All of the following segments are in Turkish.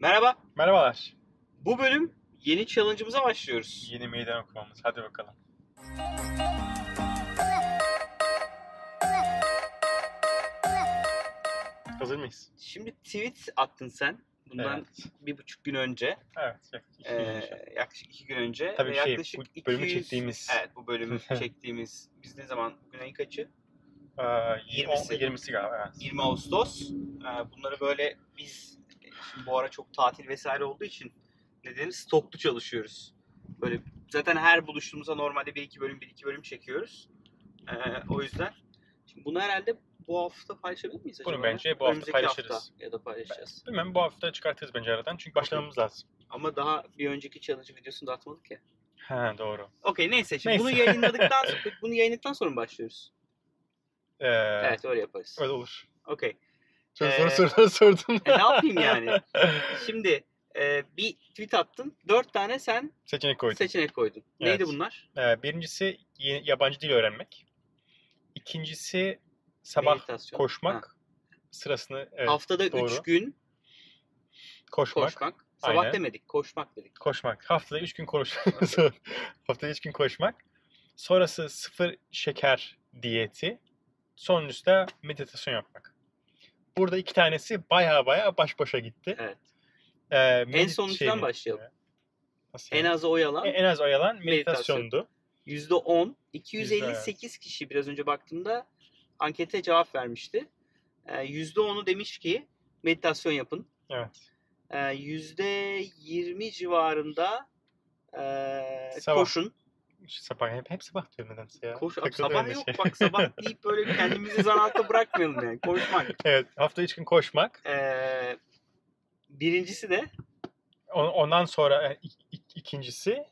Merhaba. Merhabalar. Bu bölüm yeni challenge'ımıza başlıyoruz. Yeni meydan okumamız. Hadi bakalım. Hazır mıyız? Şimdi tweet attın sen. Bundan Evet. 1,5 gün önce. Evet. Yaklaşık 2 gün önce. Tabii ve yaklaşık bu bölümü 200 çektiğimiz. Evet, bu bölümü çektiğimiz. Biz ne zaman? Bugün ayın kaçı? 20'si. 20'si galiba. Evet. 20 Ağustos. Bunları böyle biz şimdi bu ara çok tatil vesaire olduğu için nedeni stoklu çalışıyoruz. Böyle zaten her buluştuğumuzda normalde 1-2 bölüm çekiyoruz. O yüzden şimdi bunu herhalde bu hafta paylaşabilir miyiz acaba? Bunu bence bu hafta Önümüzdeki paylaşırız. hafta ya da paylaşacağız. Bilmem, bu hafta çıkartırız bence aradan. Çünkü başlamamız lazım. Ama daha bir önceki challenge videosunu da atmadık ya. Ha, doğru. Okey, neyse. Şimdi Neyse. bunu yayınladıktan sonra mı başlıyoruz? Evet, öyle yaparız. Öyle olur. Okey. Çok zor sorular sordum. Ne yapayım yani? Şimdi bir tweet attın. 4 tane sen Seçenek koydun. Evet. Neydi bunlar? Birincisi yabancı dil öğrenmek. İkincisi sabah Meditasyon. koşmak. Sırasını Haftada doğru. 3 gün Koşmak. Sabah Aynen. demedik, koşmak dedik. Koşmak. Haftada 3 gün Haftada 3 gün koşmak. Sonrası 0 şeker diyeti. Sonuncusu da meditasyon yapmak. Burada 2 tanesi baya baş başa gitti. Evet. En sonuçtan başlayalım. Nasıl En yani? az oyalan En az oyalan meditasyondu. %10. 258 kişi biraz önce baktığımda ankete cevap vermişti. %10'u demiş ki meditasyon yapın. Evet. %20 civarında Sabah. koşun. Sabah hep sabah diyorum nedense ya. Sabah yok bak, sabah deyip böyle kendimizi zan altta bırakmayalım yani. Koşmak. Evet, haftada 3 gün koşmak. Birincisi de Ondan sonra ikincisi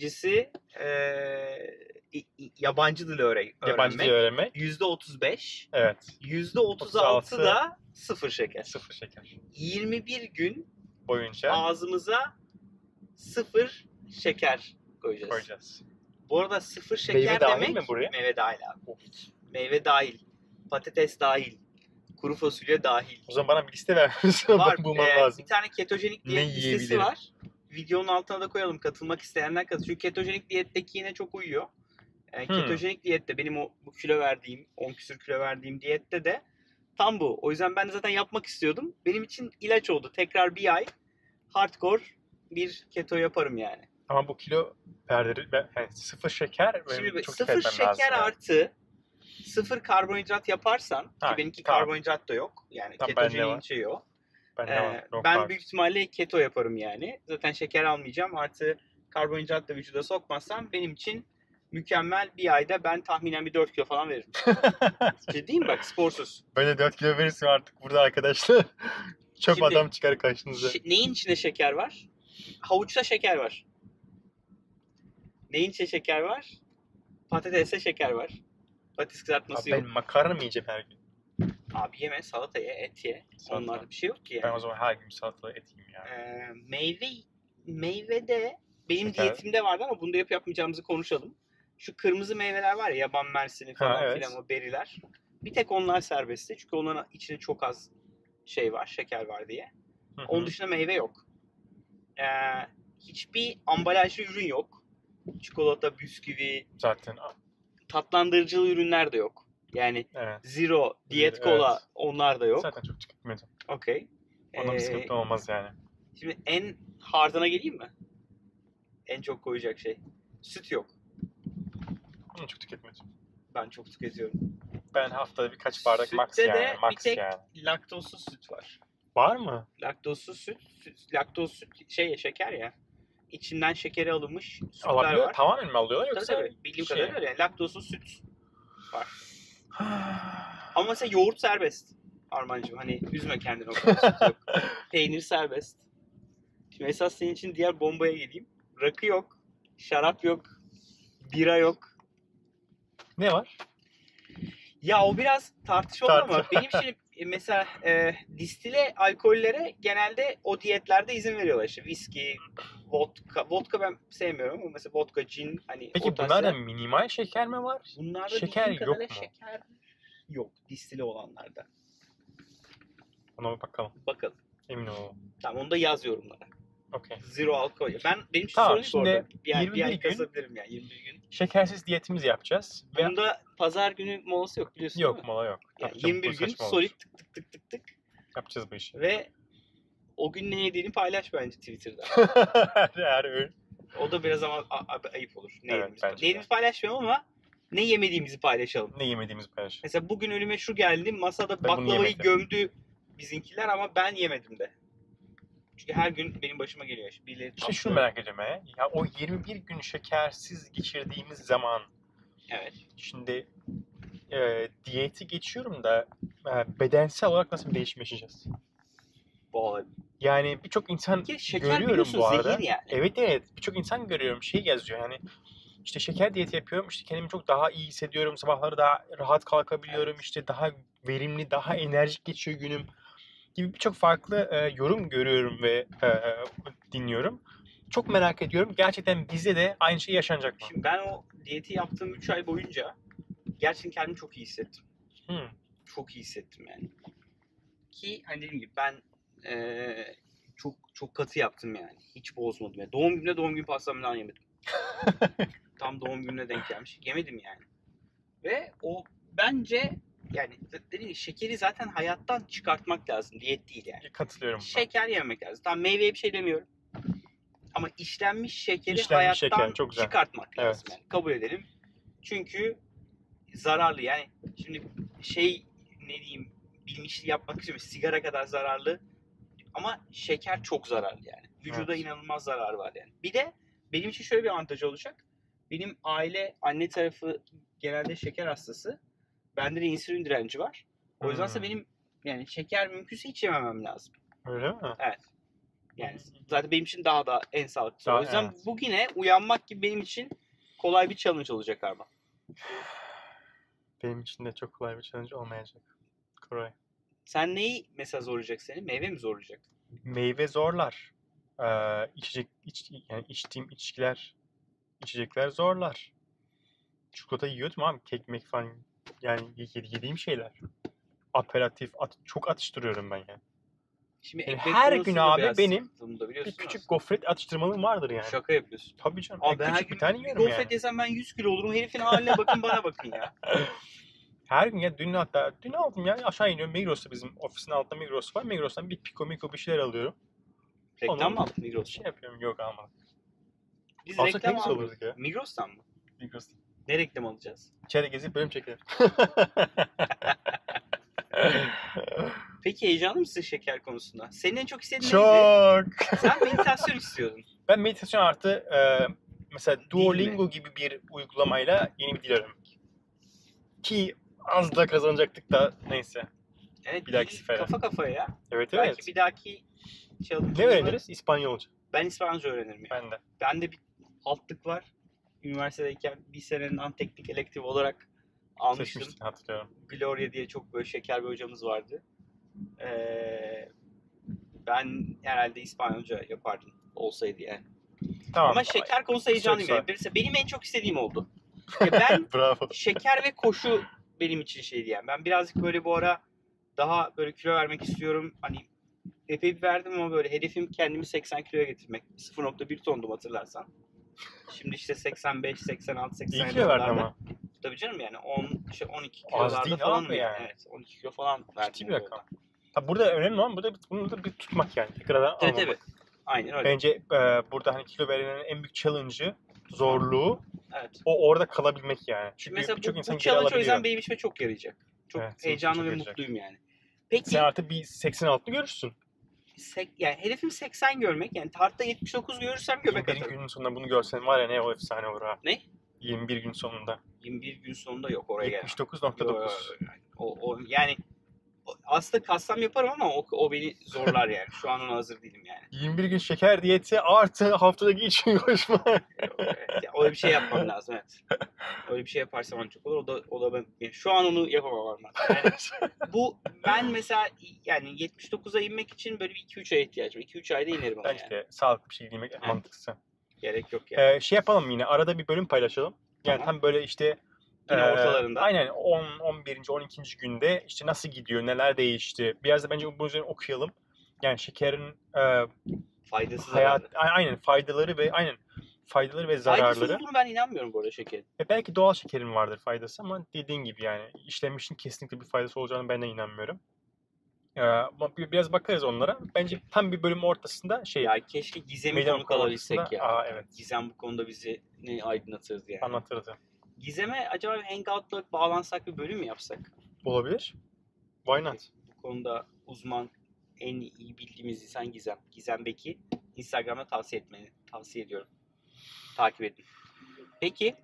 yabancı dil yabancı dil öğrenmek. %35. Evet. %36 da 0 şeker. 0 şeker. 21 gün Boyunca ağzımıza 0 şeker koyacağız. Bu arada 0 şeker meyve dahil demek mi buraya? Meyve dahil abi. Meyve dahil. Patates dahil. Kuru fasulye dahil. O zaman bana bir liste vermişsin. Var. Bulmam lazım. Bir tane ketojenik diyet listesi yiyebilirim? var. Videonun altına da koyalım. Katılmak isteyenler katılsın. Çünkü ketojenik diyetteki yine çok uyuyor. Ketojenik diyette benim bu kilo verdiğim, 10 küsür kilo verdiğim diyette de tam bu. O yüzden ben de zaten yapmak istiyordum. Benim için ilaç oldu. Tekrar bir ay hardcore bir keto yaparım yani. Ama bu kilo perdeleri, yani 0 şeker Şimdi çok 0 şeker artı 0 karbonhidrat yaparsan, ki benimki karbonhidrat da yok. Yani ketogeniğin şeyi o. Ben büyük ihtimalle keto yaparım yani. Zaten şeker almayacağım. Artı karbonhidrat da vücuda sokmazsam benim için mükemmel, bir ayda ben tahminen bir 4 kilo falan veririm. Ciddiyim bak, sporsuz. Böyle 4 kilo verirsin artık burada arkadaşlar. Çöp Şimdi, adam çıkar karşınıza. Neyin içinde şeker var? Havuçta şeker var. Neyin içinde şeker var? Patateste şeker var. Patates kızartması yok. Ben makarna mı yiyeceğim her gün? Abi yeme, salata ye, et ye. Salata. Onlarda bir şey yok ki yani. Ben o zaman her gün salatalı et yiyeyim yani. Meyvede benim Şeker. diyetimde vardı ama bunda yapmayacağımızı konuşalım. Şu kırmızı meyveler var ya, yaban mersini falan evet. filan, o beriler. Bir tek onlar serbestti. Çünkü onların içinde çok az şey var, şeker var diye. Hı-hı. Onun dışında meyve yok. Hiçbir ambalajlı ürün yok. Çikolata, bisküvi, zaten tatlandırıcılı ürünler de yok. Yani zero, diyet kola, onlar da yok. Zaten çok tüketmedim. Okey. Ondan bir sıkıntı olmaz yani. Şimdi en hardına geleyim mi? En çok koyacak şey. Süt yok. Onu çok tüketmedim. Ben çok tüketiyorum. Ben haftada birkaç bardak Sütte max de yani. bir tek laktozsuz süt var. Var mı? Laktozsuz süt, laktoz süt şeker ya. İçinden şekeri alınmış sütler Alabiliyor, var. Tamamen mi alıyorlar yoksa? Tabii. Bildiğim kadarıyla öyle. Yani laktozsuz süt var. Ama mesela yoğurt serbest. Armancığım, hani üzme kendini, o kadar süt yok. Peynir serbest. Şimdi esas senin için diğer bombaya geleyim. Rakı yok. Şarap yok. Bira yok. Ne var? Ya o biraz tartışmalı ama benim şimdi mesela distile alkollere genelde o diyetlerde izin veriyorlar. İşte viski, vodka ben sevmiyorum ama mesela vodka, gin, hani peki bunlarda minimal şeker mi var? Bunlarda şeker yok mu? Şeker yok distile olanlarda. Ona bakalım. Bakalım. Emin ol. Tamam, onu da yaz yorumlara. Okay. Zero alkol. Benim için tamam, sorun yok orada. Yani 21 bir ay gün kazabilirim yani 21 gün. Şekersiz diyetimizi yapacağız. Bunda pazar günü molası yok biliyorsun değil mi? Yok, mola yok. Yani Tabii 21 gün solid tık tık tık tık tık. Yapacağız bu işi. Ve o gün ne yediğini paylaş bence Twitter'da. Her öğün. O da biraz ama ayıp olur. Ne Evet, yediğimizi paylaşmayalım ama ne yemediğimizi paylaşalım. Ne yemediğimizi paylaşalım. Mesela bugün önüme şu geldi. Masada baklavayı gömdü bizimkiler ama ben yemedim de. Çünkü her gün benim başıma geliyor. İşte şunu merak ediyorum ya. O 21 gün şekersiz geçirdiğimiz zaman. Evet. Şimdi diyeti geçiyorum da bedensel olarak nasıl bir değişim yaşayacağız? Vallahi. Yani birçok insan görüyorum bu arada. Zehir yani. Evet. Birçok insan görüyorum. Şey yazıyor yani. İşte şeker diyeti yapıyorum. İşte kendimi çok daha iyi hissediyorum. Sabahları daha rahat kalkabiliyorum. Evet. İşte daha verimli, daha enerjik geçiyor günüm gibi birçok farklı yorum görüyorum ve dinliyorum. Çok merak ediyorum. Gerçekten bize de aynı şey yaşanacak mı? Şimdi ben o diyeti yaptığım 3 ay boyunca gerçekten kendimi çok iyi hissettim. Çok iyi hissettim yani. Ki hani dediğim gibi ben çok katı yaptım yani. Hiç bozmadım. Yani doğum günü pastamdan yemedim. Tam doğum gününe denk gelmiş. Yemedim yani. Ve o bence yani dediğim gibi şekeri zaten hayattan çıkartmak lazım. Diyet değil yani. Katılıyorum. Şeker yememek lazım. Tamam, meyveye bir şey demiyorum. Ama işlenmiş şekeri hayattan çıkartmak lazım. Yani. Kabul edelim. Çünkü zararlı yani. Şimdi ne diyeyim, bilinçli yapmak için sigara kadar zararlı ama şeker çok zararlı yani. Vücuda inanılmaz zararı var yani. Bir de benim için şöyle bir avantajı olacak. Benim anne tarafı genelde şeker hastası. Bende de insülin direnci var. O yüzdense benim yani şeker mümkünse hiç yememem lazım. Öyle mi? Evet. Yani zaten benim için daha da en sağlıklısı. O yüzden bugüne uyanmak gibi benim için kolay bir challenge olacak Arman. Benim için de çok kolay bir challenge olmayacak. Koray. Sen neyi mesela zorlayacak seni? Meyve mi zorlayacak? Meyve zorlar. Yani içtiğim içecekler zorlar. Çikolata yiyordum abi. Kekmek falan. Yani yediğim şeyler. Aperatif. Çok atıştırıyorum ben yani. Şimdi yani her gün abi benim bir küçük gofret atıştırmalığım vardır yani. Şaka yapıyorsun. Tabii canım. Abi ben küçük bir tane yiyorum gofret yani. Yesem ben 100 kilo olurum. Herifin haline bakın, bana bakın ya. Her gün ya dün aldım ya, aşağı iniyorum Migros'ta, bizim ofisin altında Migros var. Migros'tan bir piko bir şeyler alıyorum. Reklam mı aldın Migros'ta? Şey yapıyorum, yok almadım. Biz reklam aldık ya. Migros'tan mı? Migros'tan. Ne reklam alacağız? İçeride gezip bölüm çekelim. Peki heyecanlı mısın şeker konusunda? Senin en çok istediğin neydi? Sen meditasyon istiyordun. Ben meditasyon artı mesela Duolingo gibi bir uygulamayla yeni bir dil öğrenmek. Ki az da kazanacaktık da neyse. Evet, bir dahaki sefere. Kafa kafaya ya. Evet. Belki bir dahaki ne öğreniriz? İspanyolca. Ben İspanyolca öğrenirim ya. Ben de. Bende bir altlık var. Üniversitedeyken bir senenin teknik elektif olarak almıştım. Seçmiştin, hatırlıyorum. Gloria diye çok böyle şeker bir hocamız vardı. Ben herhalde İspanyolca yapardım olsaydı yani. Tamam. Ama şeker konusu heyecanlıyım. Yani. Benim en çok istediğim oldu. Ben şeker ve koşu benim için şeydi yani. Ben birazcık böyle bu ara daha böyle kilo vermek istiyorum. Hani epey bir verdim ama böyle hedefim kendimi 80 kiloya getirmek. 0.1 tondum hatırlarsan. Şimdi işte 85, 86, 87 İyi kilo verdin ama. Tabii canım yani 12 kilolarda falan mı yani? Evet, 12 kilo falan verdim. Ciddi bir rakam. Burada önemli olan bunu da bir tutmak yani. Tekrardan almamak. Evet. Aynen öyle. Bence burada hani kilo verenin en büyük challenge'ı, zorluğu evet. O orada kalabilmek yani. Çünkü mesela birçok insan bu challenge o yüzden benim işime çok yarayacak. Çok heyecanlı ve mutluyum yani. Peki sen artık bir 86 görürsün. Yani hedefim 80 görmek. Yani tartta 79 görürsem göbek atarım. 21 günün sonunda bunu görsen var ya, ne o efsane olur ha. Ne? 21 gün sonunda. 21 gün sonunda yok oraya gel. 79.9. Yani aslında kassam yaparım ama o beni zorlar yani. Şu an ona hazır değilim yani. 21 gün şeker diyeti artı haftadaki 3 gün koşma. Evet, öyle bir şey yapmam lazım, evet. Öyle bir şey yaparsam ancak olur. O da ben yani şu an onu yapamam yani. Ben mesela yani 79'a inmek için böyle bir 2-3 aya ihtiyacım var. 2-3 ayda inerim ama bence de sağlıklı bir şey yemek mantıklısı. Gerek yok yani. Şey yapalım yine, arada bir bölüm paylaşalım. Yani tam böyle işte yine ortalarında. Aynen 10, 11. 12. günde işte nasıl gidiyor, neler değişti. Biraz da bence bu üzerine okuyalım. Yani şekerin faydası aynen faydaları ve zararları. Faydası olduğunu ben inanmıyorum bu arada şekerin. Belki doğal şekerin vardır faydası ama dediğin gibi yani işlenmişin kesinlikle bir faydası olacağını ben de inanmıyorum. Ama biraz bakarız onlara. Bence tam bir bölüm ortasında Ya keşke Gizem'i konuk alabilsek ya. Evet. Gizem bu konuda bizi ne aydınlatırdı yani. Anlatırdı. Gizem'e acaba Hangout'la bağlansak bir bölüm mü yapsak? Olabilir. Why not? Bu konuda uzman, en iyi bildiğimiz insan Gizem. Gizem Beki. Instagram'da tavsiye ediyorum. Takip edin. Peki.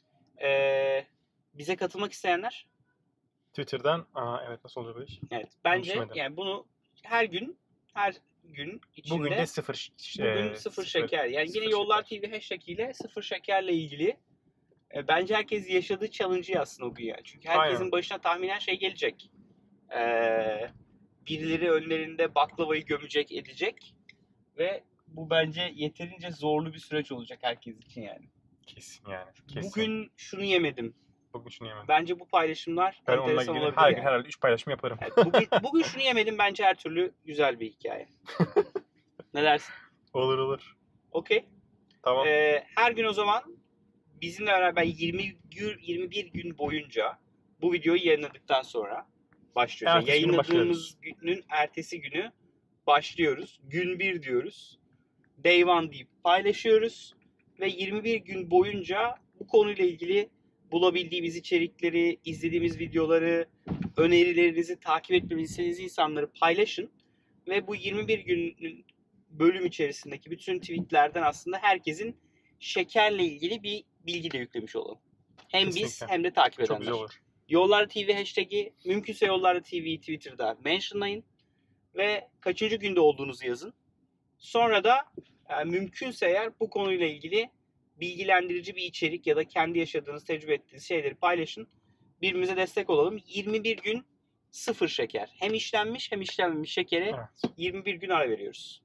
Bize katılmak isteyenler? Twitter'dan. Evet, nasıl olacak bu iş? Evet. Bence yani bunu her gün içinde. Bugün de sıfır şeker. Yani yine Yollar TV hashtag ile sıfır şekerle ilgili bence herkes yaşadığı challenge'ı yazsın o gün yani. Çünkü herkesin başına tahminen şey gelecek. Birileri önlerinde baklavayı gömecek, edecek ve bu bence yeterince zorlu bir süreç olacak herkes için yani. Kesin yani. Kesin. Bugün şunu yemedim. Bugün Bence bu paylaşımlar ben enteresan olabilir. Her gün herhalde 3 paylaşım yaparım. Evet, bugün şunu yemedim bence her türlü güzel bir hikaye. Ne dersin? Olur. Okey. Tamam. Her gün o zaman bizimle beraber 21 gün boyunca bu videoyu yayınladıktan sonra başlıyoruz. Yani yayınladığımız günün ertesi günü başlıyoruz. Gün 1 diyoruz. Day 1 deyip paylaşıyoruz. Ve 21 gün boyunca bu konuyla ilgili bulabildiğimiz içerikleri, izlediğimiz videoları, önerilerinizi, takip etmemizi istediğiniz insanları paylaşın. Ve bu 21 günün bölüm içerisindeki bütün tweetlerden aslında herkesin şekerle ilgili bir bilgi de yüklemiş olalım. Hem kesinlikle. Biz hem de takip edenler. Çok güzel olur. Yollar TV hashtag'i mümkünse Yollar TV'yi Twitter'da mentionlayın. Ve kaçıncı günde olduğunuzu yazın. Sonra da mümkünse eğer bu konuyla ilgili bilgilendirici bir içerik ya da kendi yaşadığınız, tecrübe ettiğiniz şeyleri paylaşın. Birbirimize destek olalım. 21 gün sıfır şeker. Hem işlenmiş hem işlenmemiş şekere 21 gün ara veriyoruz.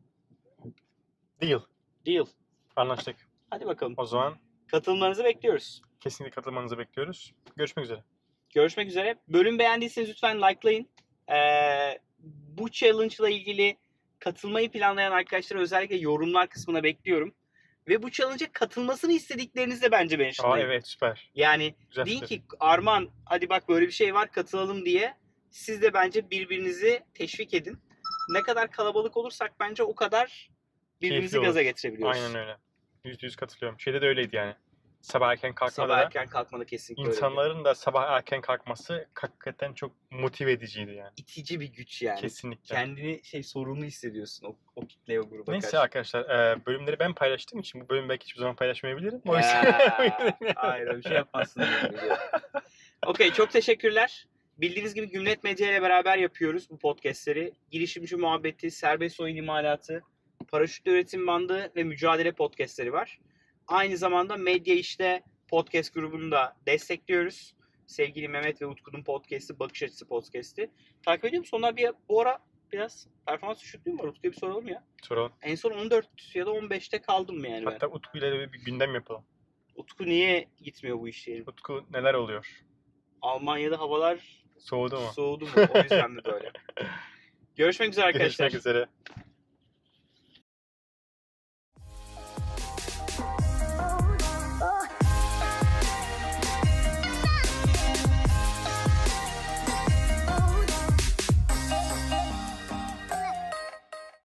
Deal. Anlaştık. Hadi bakalım. O zaman katılmanızı bekliyoruz. Kesinlikle katılmanızı bekliyoruz. Görüşmek üzere. Bölüm beğendiyseniz lütfen likelayın. Bu challenge ile ilgili katılmayı planlayan arkadaşları özellikle yorumlar kısmına bekliyorum. Ve bu challenge'a katılmasını istediklerinizi de bence mentionlayın. Evet, süper. Yani güzel deyin ki Arman hadi bak böyle bir şey var katılalım diye. Siz de bence birbirinizi teşvik edin. Ne kadar kalabalık olursak bence o kadar birbirimizi gaza getirebiliyoruz. Aynen öyle. %100 katılıyorum. Şeyde de öyleydi yani. Sabah erken kalkmada kesinlikle İnsanların öyle. Da sabah erken kalkması hakikaten çok motive ediciydi yani. İtici bir güç yani. Kesinlikle. Kendini sorumlu hissediyorsun o kitleye, o gruba Neyse karşı. Arkadaşlar bölümleri ben paylaştığım için bu bölümü belki hiçbir zaman paylaşmayabilirim. O yüzden... Hayır öyle bir şey yapmazsın. Okey, çok teşekkürler. Bildiğiniz gibi Gümlet Medya ile beraber yapıyoruz bu podcastleri. Girişimci muhabbeti, serbest oyun imalatı, paraşütle üretim bandı ve mücadele podcastleri var. Aynı zamanda Medya İşte podcast grubunu da destekliyoruz. Sevgili Mehmet ve Utku'nun podcast'i, Bakış Açısı podcast'i. Takip ediyor musun? Onlar bu ara biraz performans düşüklüğü mü var? Utku'ya bir soralım ya. Soralım. En son 14 ya da 15'te kaldım yani ben. Hatta Utku ile bir gündem yapalım. Utku niye gitmiyor bu işlerin? Utku neler oluyor? Almanya'da havalar soğudu mu? O yüzden mi böyle? Görüşmek üzere arkadaşlar. Görüşmek üzere.